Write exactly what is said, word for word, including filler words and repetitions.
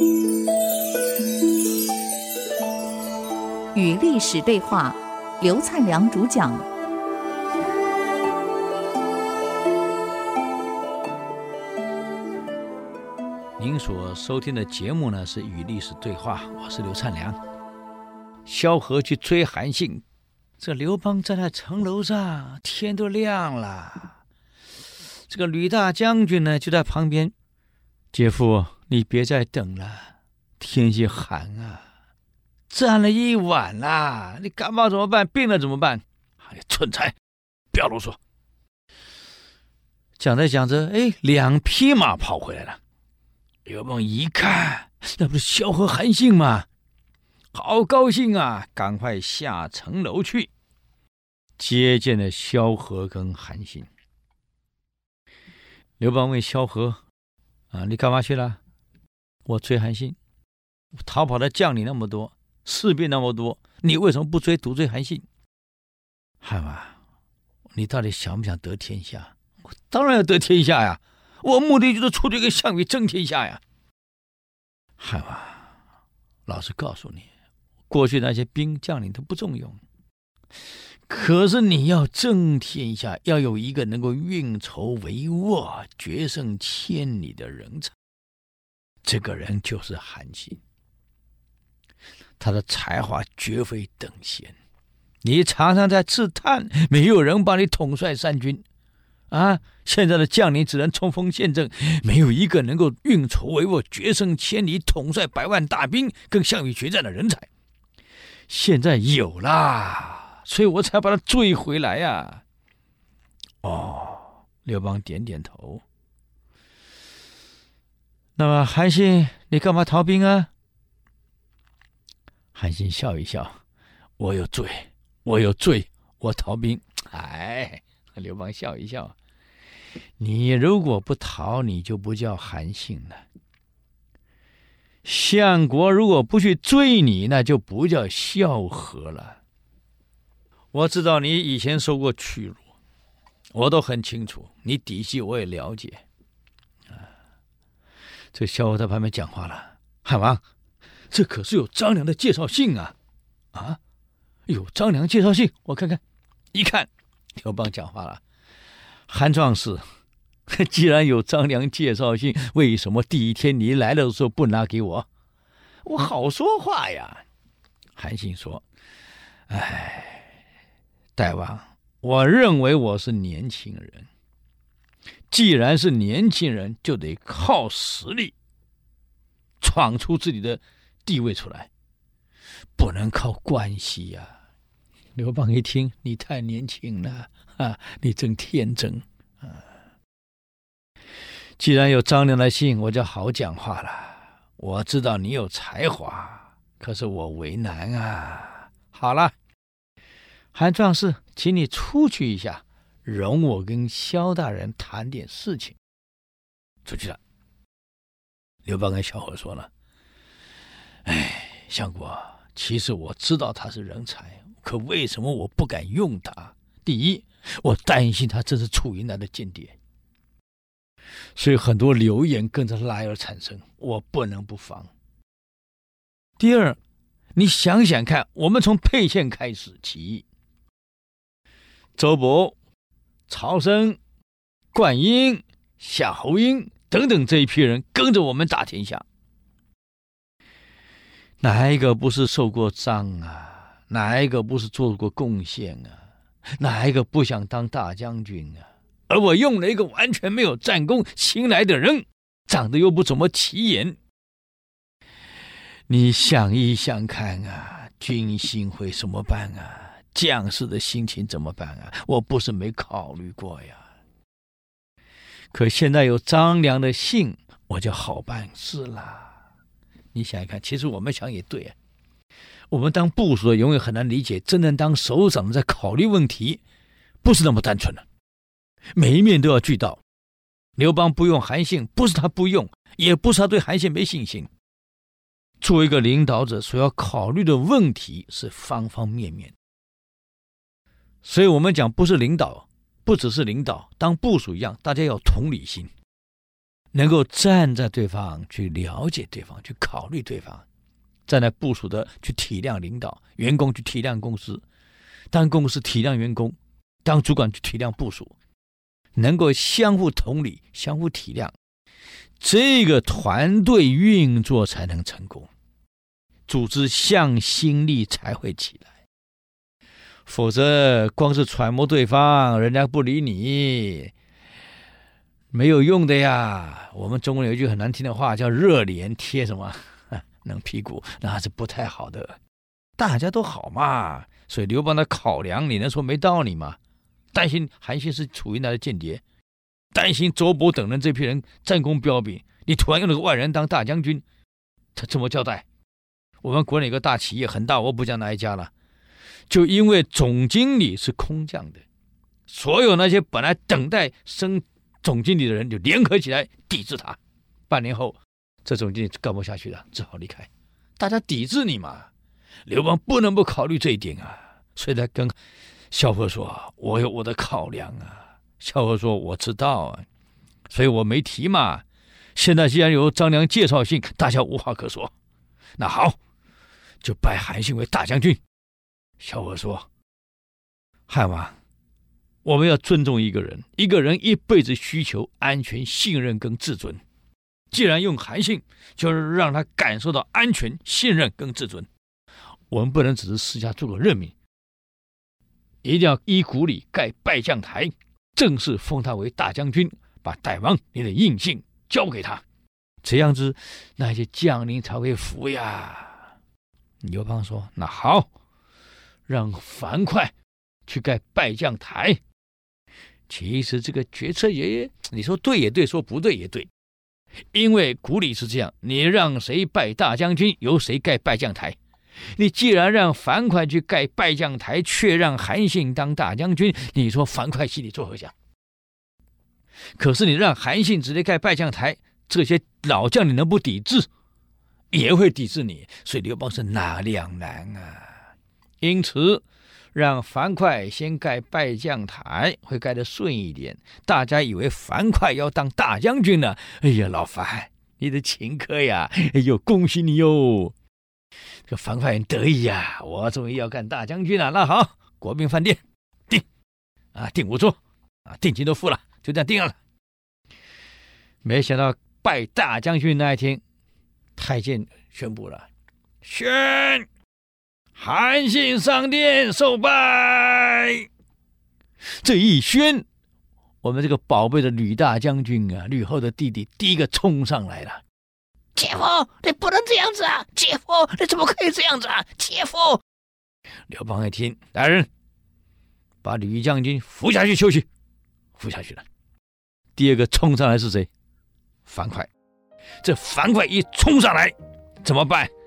与历史对话，刘灿良主讲。 您所收听的节目呢是《与历史对话》，我是刘灿良。萧何去追韩信，这刘邦站在城楼上，天都亮了。这个吕大将军呢就在旁边，姐夫，你别再等了，天气寒啊，站了一晚啦，你感冒怎么办？病了怎么办？哎，蠢材，不要啰嗦。讲着讲着，哎，两匹马跑回来了。刘邦一看，那不是萧何、韩信吗？好高兴啊，赶快下城楼去接见了萧何跟韩信。刘邦问萧何啊，你干嘛去了？我追韩信，逃跑的将领那么多，士兵那么多，你为什么不追，独追韩信？汉王，你到底想不想得天下？我当然要得天下呀，我目的就是出去跟项羽争天下呀。汉王，老实告诉你，过去那些兵将领都不重用，可是你要争天下，要有一个能够运筹帷幄、决胜千里的人才。这个人就是韩信，他的才华绝非等闲。你常常在自叹，没有人帮你统帅三军啊！现在的将领只能冲锋陷阵，没有一个能够运筹帷幄、决胜千里、统帅百万大兵跟项羽决战的人才。现在有啦，所以我才把他追回来呀、啊。哦，刘邦点点头。那么韩信，你干嘛逃兵啊？韩信笑一笑，我有罪，我有罪，我逃兵。哎，刘邦笑一笑，你如果不逃，你就不叫韩信了。相国如果不去追你，那就不叫萧何了。我知道你以前受过屈辱，我都很清楚，你底细我也了解。这萧何在旁边讲话了，汉王，这可是有张良的介绍信啊！啊，有张良介绍信，我看看。一看，刘邦讲话了，韩壮士，既然有张良介绍信，为什么第一天你来的时候不拿给我？我好说话呀。韩信说，哎，大王，我认为我是年轻人，既然是年轻人，就得靠实力闯出自己的地位出来，不能靠关系呀、啊。刘邦一听，你太年轻了啊，你真天真啊！既然有张良的信，我就好讲话了。我知道你有才华，可是我为难啊。好了，韩壮士，请你出去一下，容我跟萧大人谈点事情。出去了。刘邦跟萧何说了，哎，相国，其实我知道他是人才，可为什么我不敢用他？第一，我担心他这是楚云来的间谍，所以很多流言跟着来而产生，我不能不防。第二，你想想看，我们从沛县开始起义，周勃、曹参、灌婴、夏侯婴等等这一批人跟着我们打天下，哪一个不是受过伤啊？哪一个不是做过贡献啊？哪一个不想当大将军啊？而我用了一个完全没有战功新来的人，长得又不怎么起眼，你想一想看啊，军心会什么办啊？将士的心情怎么办啊？我不是没考虑过呀。可现在有张良的信，我就好办事啦。你想一看，其实我们想也对啊，我们当部属的永远很难理解，真正当首长的在考虑问题，不是那么单纯的，每一面都要俱到。刘邦不用韩信，不是他不用，也不是他对韩信没信心。作为一个领导者，所要考虑的问题是方方面面。所以我们讲，不是领导，不只是领导，当部属一样，大家要有同理心。 能够站在对方去了解对方，去考虑对方，站在部属的去体谅领导，员工去体谅公司，当公司体谅员工，当主管去体谅部属，能够相互同理，相互体谅，这个团队运作才能成功，组织向心力才会起来。否则光是揣摩对方，人家不理你，没有用的呀。我们中国有一句很难听的话，叫热脸贴什么冷屁股，那是不太好的。大家都好嘛，所以刘邦的考量你能说没道理吗？担心韩信是楚云来的间谍，担心周勃等人这批人战功彪炳，你突然用了个外人当大将军，他怎么交代？我们国内有个大企业很大，我不讲哪一家了，就因为总经理是空降的，所有那些本来等待升总经理的人就联合起来抵制他。半年后，这总经理干不下去了，只好离开。大家抵制你嘛，刘邦不能不考虑这一点啊，所以他跟萧何说：“我有我的考量啊。”萧何说：“我知道啊，所以我没提嘛。现在既然有张良介绍信，大家无话可说，那好，就拜韩信为大将军。”萧何说：“汉王，我们要尊重一个人，一个人一辈子需求安全、信任跟自尊。既然用韩信，就是让他感受到安全、信任跟自尊。我们不能只是私下做个任命，一定要依古礼盖拜将台，正式封他为大将军，把代王你的印信交给他，这样子那些将领才会服呀。”刘邦说：“那好，让樊哙去盖拜将台。”其实这个决策也，你说对也对，说不对也对，因为古礼是这样，你让谁拜大将军，由谁盖拜将台。你既然让樊哙去盖拜将台，却让韩信当大将军，你说樊哙心里作何想？可是你让韩信直接盖拜将台，这些老将你能不抵制？也会抵制你，所以刘邦是哪两难啊？因此让樊哙先盖拜将台，会盖得顺一点。大家以为樊哙要当大将军呢，哎呀，老樊，你的请客呀，哎呦，恭喜你哟！这个樊哙很得意呀，我终于要干大将军了。那好，国宾饭店定啊，定五桌啊，定金都付了，就这样定了。没想到拜大将军那一天，太监宣布了：宣韩信上殿受拜。这一宣，我们这个宝贝的吕大将军啊，吕后的弟弟第一个冲上来了：“姐夫，你不能这样子啊！姐夫，你怎么可以这样子啊！姐夫！”刘邦一听，来人，把吕将军扶下去休息，扶下去了。第二个冲上来是谁？樊哙。这樊哙一冲上来，怎么办？